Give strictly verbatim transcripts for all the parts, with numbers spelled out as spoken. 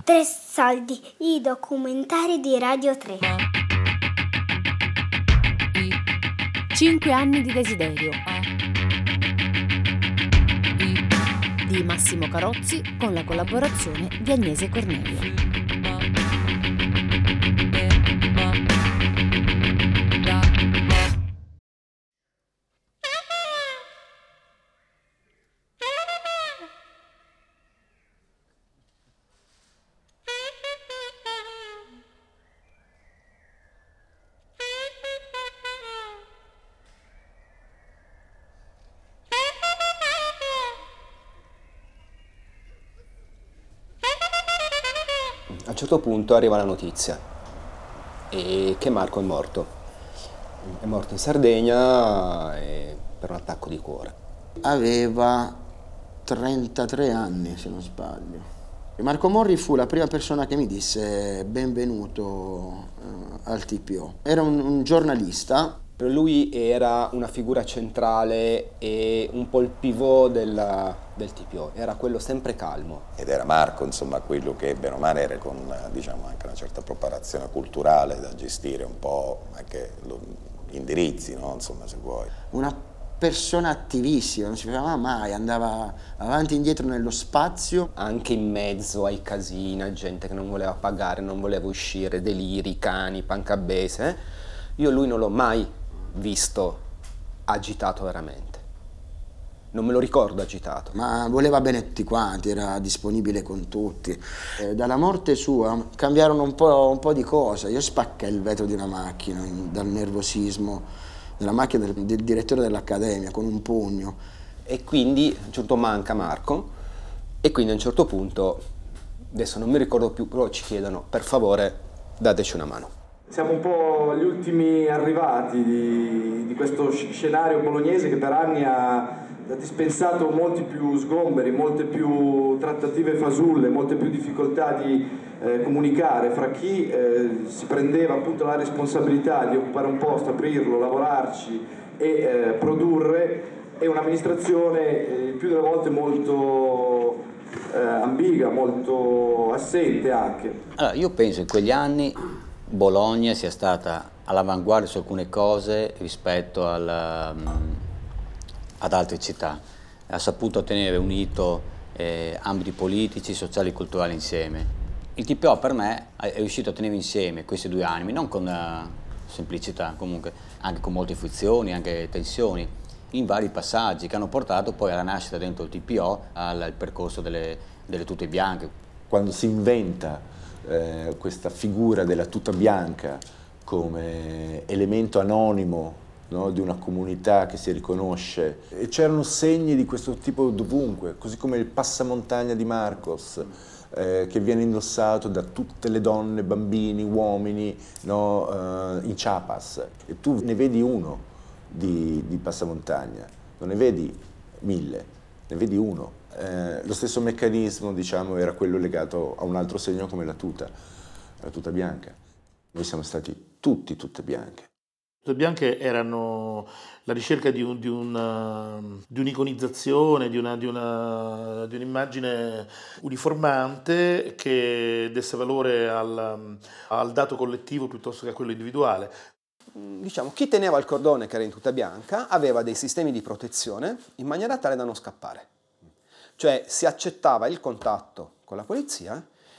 Tre soldi, i documentari di Radio tre. Cinque anni di desiderio di Massimo Carozzi con la collaborazione di Agnese Cornelio. A un certo punto arriva la notizia e che Marco è morto. È morto in Sardegna e per un attacco di cuore. Aveva trentatré anni, se non sbaglio. E Marco Morri fu la prima persona che mi disse benvenuto eh, al T P O. Era un, un giornalista. Per lui era una figura centrale e un po' il pivot del, del T P O, era quello sempre calmo. Ed era Marco, insomma, quello che bene o male era con, diciamo, anche una certa preparazione culturale da gestire un po' anche gli indirizzi, no? Insomma, se vuoi. Una persona attivissima, non si fermava mai, andava avanti e indietro nello spazio. Anche in mezzo ai casini, gente che non voleva pagare, non voleva uscire, deliri, cani, pancabese. Eh? Io lui non l'ho mai visto agitato veramente. Non me lo ricordo agitato. Ma voleva bene tutti quanti, era disponibile con tutti. Eh, dalla morte sua cambiarono un po', un po' di cose. Io spaccai il vetro di una macchina in, dal nervosismo della macchina del, del direttore dell'Accademia con un pugno. E quindi a un certo punto manca Marco e quindi a un certo punto, adesso non mi ricordo più, però ci chiedono per favore dateci una mano. Siamo un po' gli ultimi arrivati di, di questo scenario bolognese che per anni ha dispensato molti più sgomberi, molte più trattative fasulle, molte più difficoltà di eh, comunicare fra chi eh, si prendeva appunto la responsabilità di occupare un posto, aprirlo, lavorarci e eh, produrre, e un'amministrazione eh, più delle volte molto eh, ambigua, molto assente anche. Allora, io penso in quegli anni Bologna sia stata all'avanguardia su alcune cose rispetto al, um, ad altre città. Ha saputo tenere unito eh, ambiti politici, sociali e culturali insieme. Il T P O per me è riuscito a tenere insieme questi due animi, non con uh, semplicità, comunque anche con molte frizioni, anche tensioni, in vari passaggi che hanno portato poi alla nascita dentro il T P O, al, al percorso delle, delle tute bianche. Quando si inventa Eh, questa figura della tuta bianca come elemento anonimo, no, di una comunità che si riconosce, e c'erano segni di questo tipo dovunque, così come il passamontagna di Marcos eh, che viene indossato da tutte le donne, bambini, uomini, no, eh, in Chiapas, e tu ne vedi uno di, di passamontagna, non ne vedi mille, ne vedi uno. Eh, lo stesso meccanismo, diciamo, era quello legato a un altro segno come la tuta, la tuta bianca. Noi siamo stati tutti tutte bianche. Le tute bianche erano la ricerca di, un, di, una, di un'iconizzazione, di, una, di, una, di un'immagine uniformante che desse valore al, al dato collettivo piuttosto che a quello individuale. Diciamo, chi teneva il cordone che era in tuta bianca aveva dei sistemi di protezione in maniera tale da non scappare. Cioè si accettava il contatto con la polizia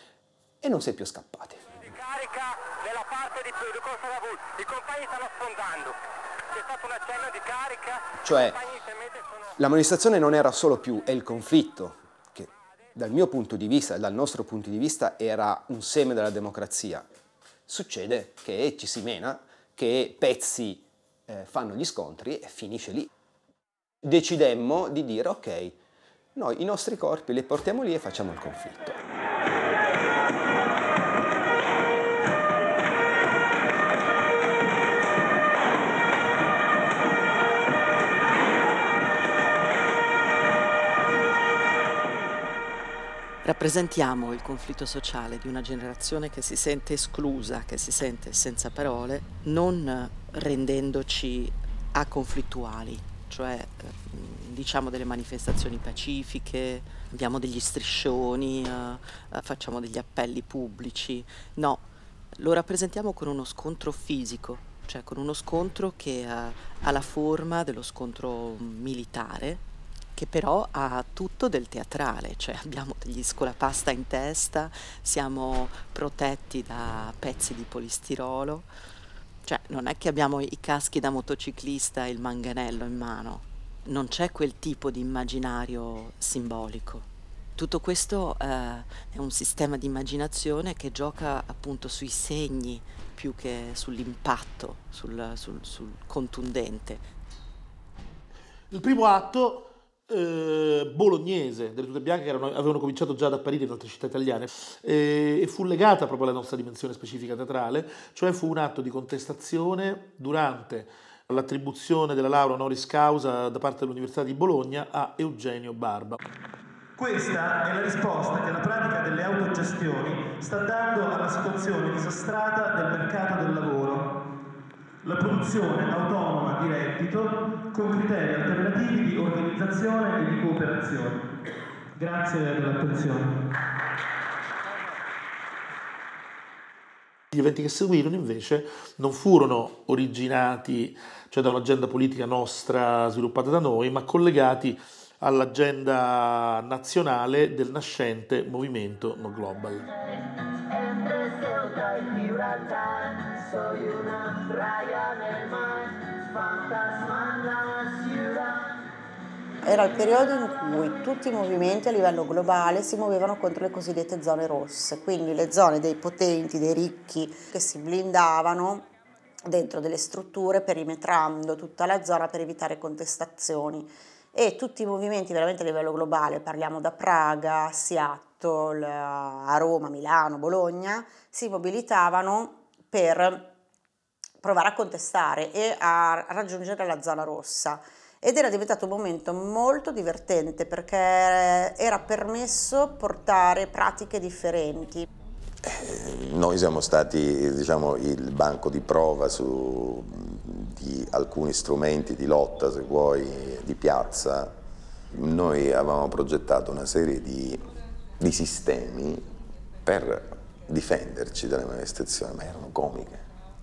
e non si è più scappati. Di carica nella parte di Corso Lavur, i compagni stanno sfondando, c'è stato un accenno di carica. Cioè l'amministrazione non era solo più è il conflitto, che dal mio punto di vista e dal nostro punto di vista era un seme della democrazia. Succede che ci si mena, che pezzi eh, fanno gli scontri e finisce lì. Decidemmo di dire ok, noi i nostri corpi li portiamo lì e facciamo il conflitto. Rappresentiamo il conflitto sociale di una generazione che si sente esclusa, che si sente senza parole, non rendendoci aconflittuali, cioè diciamo delle manifestazioni pacifiche, abbiamo degli striscioni, eh, facciamo degli appelli pubblici. No, lo rappresentiamo con uno scontro fisico, cioè con uno scontro che eh, ha la forma dello scontro militare, che però ha tutto del teatrale, cioè abbiamo degli scolapasta in testa, siamo protetti da pezzi di polistirolo, cioè non è che abbiamo i caschi da motociclista e il manganello in mano, non c'è quel tipo di immaginario simbolico. Tutto questo eh, è un sistema di immaginazione che gioca appunto sui segni più che sull'impatto, sul, sul, sul contundente. Il primo atto Eh, bolognese delle tute bianche, che erano, avevano cominciato già ad apparire in altre città italiane, eh, e fu legata proprio alla nostra dimensione specifica teatrale, cioè fu un atto di contestazione durante l'attribuzione della laurea honoris causa da parte dell'Università di Bologna a Eugenio Barba. Questa è la risposta che la pratica delle autogestioni sta dando alla situazione disastrata del mercato del lavoro. La produzione autonoma di reddito con criteri alternativi di organizzazione e di cooperazione. Grazie dell'attenzione. Gli eventi che seguirono invece non furono originati, cioè da un'agenda politica nostra sviluppata da noi, ma collegati all'agenda nazionale del nascente movimento No Global. Era il periodo in cui tutti i movimenti a livello globale si muovevano contro le cosiddette zone rosse, quindi le zone dei potenti, dei ricchi, che si blindavano dentro delle strutture perimetrando tutta la zona per evitare contestazioni. E tutti i movimenti veramente a livello globale, parliamo da Praga, Seattle, a Roma, Milano, Bologna, si mobilitavano per provare a contestare e a raggiungere la zona rossa. Ed era diventato un momento molto divertente perché era permesso portare pratiche differenti. Noi siamo stati, diciamo, il banco di prova su, di alcuni strumenti di lotta, se vuoi, di piazza. Noi avevamo progettato una serie di, di sistemi per difenderci dalle manifestazioni, ma erano comiche.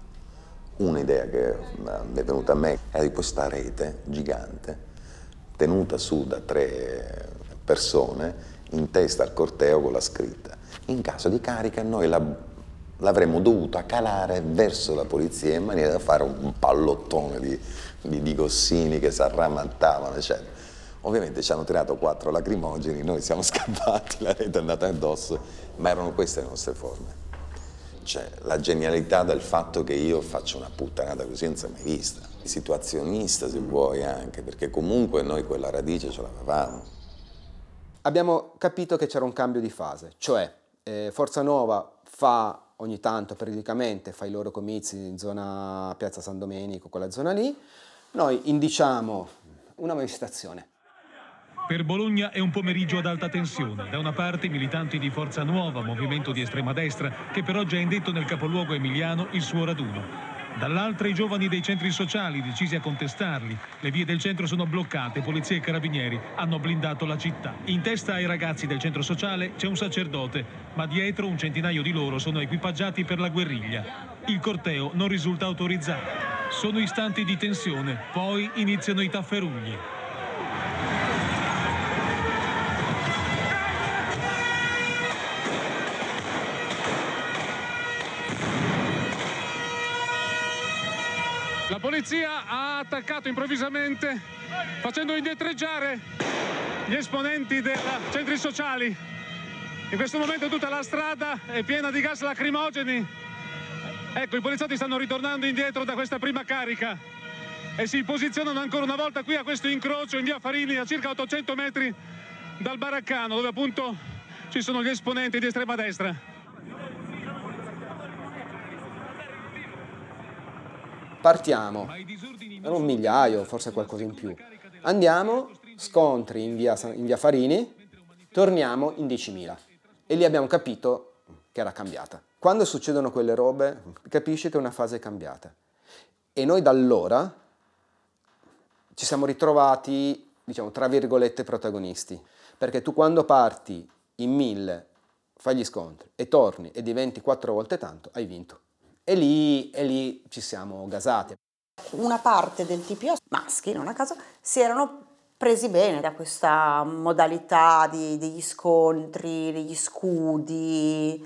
Un'idea che mi è venuta a me era di questa rete gigante tenuta su da tre persone in testa al corteo con la scritta: in caso di carica noi la, l'avremmo dovuta calare verso la polizia in maniera da fare un pallottone di, di, di gossini che si arramantavano, eccetera. Ovviamente ci hanno tirato quattro lacrimogeni, noi siamo scappati, la rete è andata addosso, ma erano queste le nostre forme. Cioè, la genialità del fatto che io faccio una puttanata così non si è mai vista. Situazionista, se vuoi, anche, perché comunque noi quella radice ce l'avevamo. Abbiamo capito che c'era un cambio di fase, cioè eh, Forza Nuova fa ogni tanto, periodicamente, fa i loro comizi in zona Piazza San Domenico, quella zona lì, noi indiciamo una manifestazione. Per Bologna è un pomeriggio ad alta tensione. Da una parte i militanti di Forza Nuova, movimento di estrema destra, che per oggi ha indetto nel capoluogo emiliano il suo raduno. Dall'altra i giovani dei centri sociali, decisi a contestarli. Le vie del centro sono bloccate, polizia e carabinieri hanno blindato la città. In testa ai ragazzi del centro sociale c'è un sacerdote, ma dietro un centinaio di loro sono equipaggiati per la guerriglia. Il corteo non risulta autorizzato. Sono istanti di tensione, poi iniziano i tafferugli. La polizia ha attaccato improvvisamente, facendo indietreggiare gli esponenti dei centri sociali. In questo momento tutta la strada è piena di gas lacrimogeni. Ecco, i poliziotti stanno ritornando indietro da questa prima carica e si posizionano ancora una volta qui a questo incrocio in via Farini, a circa ottocento metri dal baraccano, dove appunto ci sono gli esponenti di estrema destra. Partiamo, era un migliaio, forse qualcosa in più. Andiamo, scontri in via, in via Farini, torniamo in diecimila. E lì abbiamo capito che era cambiata. Quando succedono quelle robe, capisci che una fase è cambiata. E noi da allora ci siamo ritrovati diciamo, tra virgolette, protagonisti. Perché tu quando parti in mille, fai gli scontri e torni e diventi quattro volte tanto, hai vinto. E lì, e lì ci siamo gasati. Una parte del T P O, maschi non a caso, si erano presi bene da questa modalità di, degli scontri, degli scudi,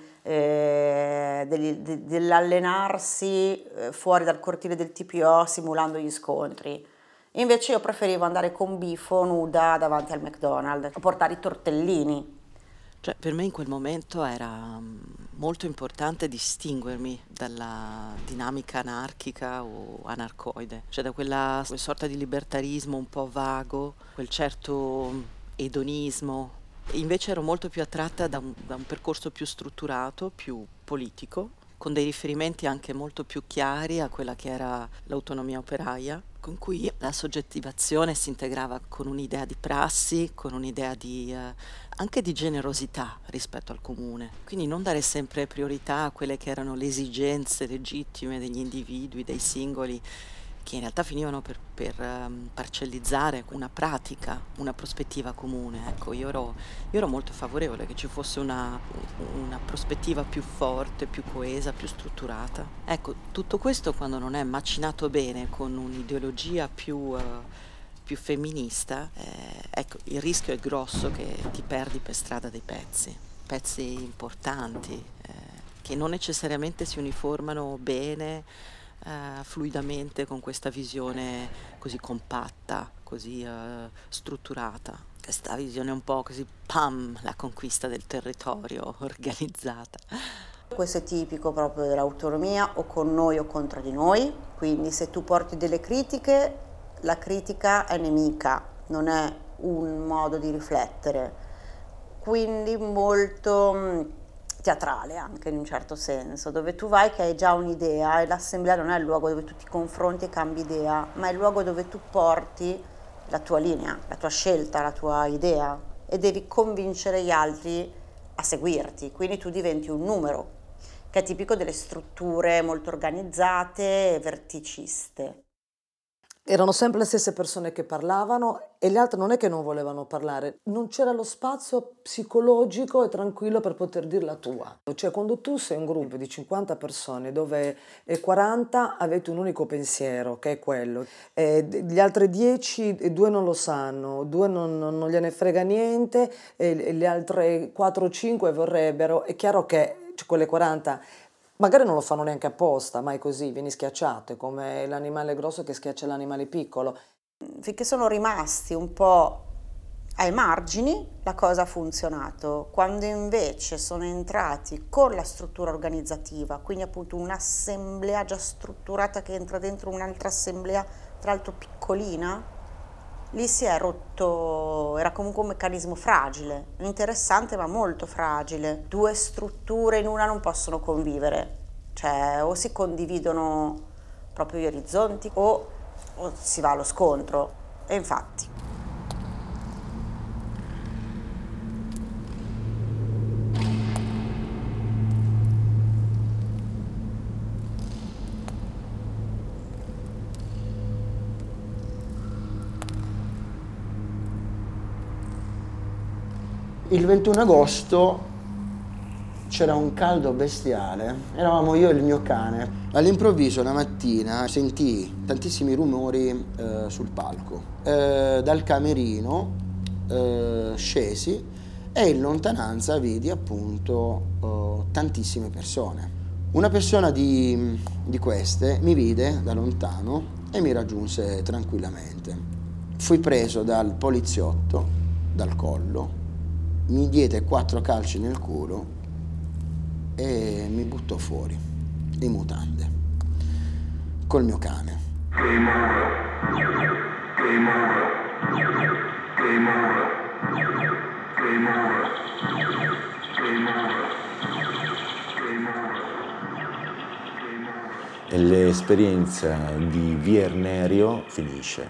eh, degli, de, dell'allenarsi eh, fuori dal cortile del T P O simulando gli scontri. Invece io preferivo andare con Bifo nuda davanti al McDonald's a portare i tortellini. Cioè, per me in quel momento era molto importante distinguermi dalla dinamica anarchica o anarcoide, cioè da quella, quella sorta di libertarismo un po' vago, quel certo edonismo. Invece ero molto più attratta da un, da un percorso più strutturato, più politico, con dei riferimenti anche molto più chiari a quella che era l'autonomia operaia, con cui la soggettivazione si integrava con un'idea di prassi, con un'idea di, eh, anche di generosità rispetto al comune. Quindi non dare sempre priorità a quelle che erano le esigenze legittime degli individui, dei singoli, che in realtà finivano per, per um, parcellizzare una pratica, una prospettiva comune. Ecco, io ero, io ero molto favorevole che ci fosse una, una prospettiva più forte, più coesa, più strutturata. Ecco, tutto questo quando non è macinato bene con un'ideologia più, uh, più femminista, eh, ecco, il rischio è grosso che ti perdi per strada dei pezzi, pezzi importanti, eh, che non necessariamente si uniformano bene, Uh, fluidamente con questa visione così compatta, così uh, strutturata, questa visione un po' così pam, la conquista del territorio organizzata. Questo è tipico proprio dell'autonomia, o con noi o contro di noi, quindi se tu porti delle critiche, la critica è nemica, non è un modo di riflettere, quindi molto teatrale anche in un certo senso, dove tu vai che hai già un'idea e l'assemblea non è il luogo dove tu ti confronti e cambi idea, ma è il luogo dove tu porti la tua linea, la tua scelta, la tua idea e devi convincere gli altri a seguirti, quindi tu diventi un numero, che è tipico delle strutture molto organizzate e verticiste. Erano sempre le stesse persone che parlavano e le altre non è che non volevano parlare, non c'era lo spazio psicologico e tranquillo per poter dire la tua. Cioè quando tu sei un gruppo di cinquanta persone dove quaranta avete un unico pensiero, che è quello, e gli altri dieci, due non lo sanno, due non, non, non gliene frega niente e le altre quattro o cinque vorrebbero, è chiaro che cioè, quelle quaranta... magari non lo fanno neanche apposta, ma è così, vieni schiacciato, è come l'animale grosso che schiaccia l'animale piccolo. Finché sono rimasti un po' ai margini, la cosa ha funzionato. Quando invece sono entrati con la struttura organizzativa, quindi appunto un'assemblea già strutturata che entra dentro un'altra assemblea, tra l'altro piccolina, lì si è rotto, era comunque un meccanismo fragile, interessante ma molto fragile. Due strutture in una non possono convivere, cioè o si condividono proprio gli orizzonti o, o si va allo scontro, e infatti. Il ventuno agosto c'era un caldo bestiale, eravamo io e il mio cane. All'improvviso una mattina sentii tantissimi rumori eh, sul palco. Eh, dal camerino eh, scesi e in lontananza vidi appunto eh, tantissime persone. Una persona di, di queste mi vide da lontano e mi raggiunse tranquillamente. Fui preso dal poliziotto, dal collo, mi diede quattro calci nel culo e mi buttò fuori, in mutande, col mio cane. Game over. Game over. Game over. Game over. Game over. Game over. E l'esperienza di Via Ernerio finisce.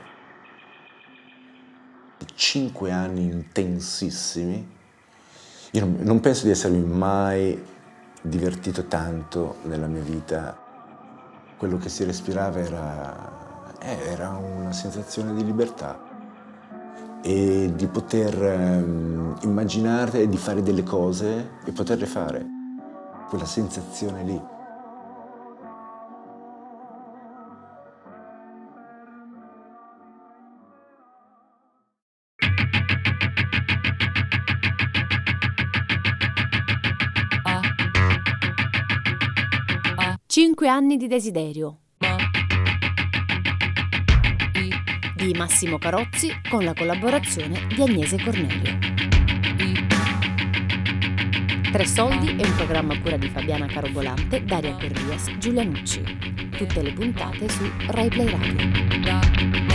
Cinque anni intensissimi. Io non, non penso di essermi mai divertito tanto nella mia vita. Quello che si respirava era, eh, era una sensazione di libertà. e di poter um, immaginare e di fare delle cose e poterle fare. Quella sensazione lì. Cinque anni di desiderio di Massimo Carozzi con la collaborazione di Agnese Cornelio. Tre soldi è un programma a cura di Fabiana Carobolante, Daria Corrias, Giulia Nucci. Tutte le puntate su Rai Play Radio.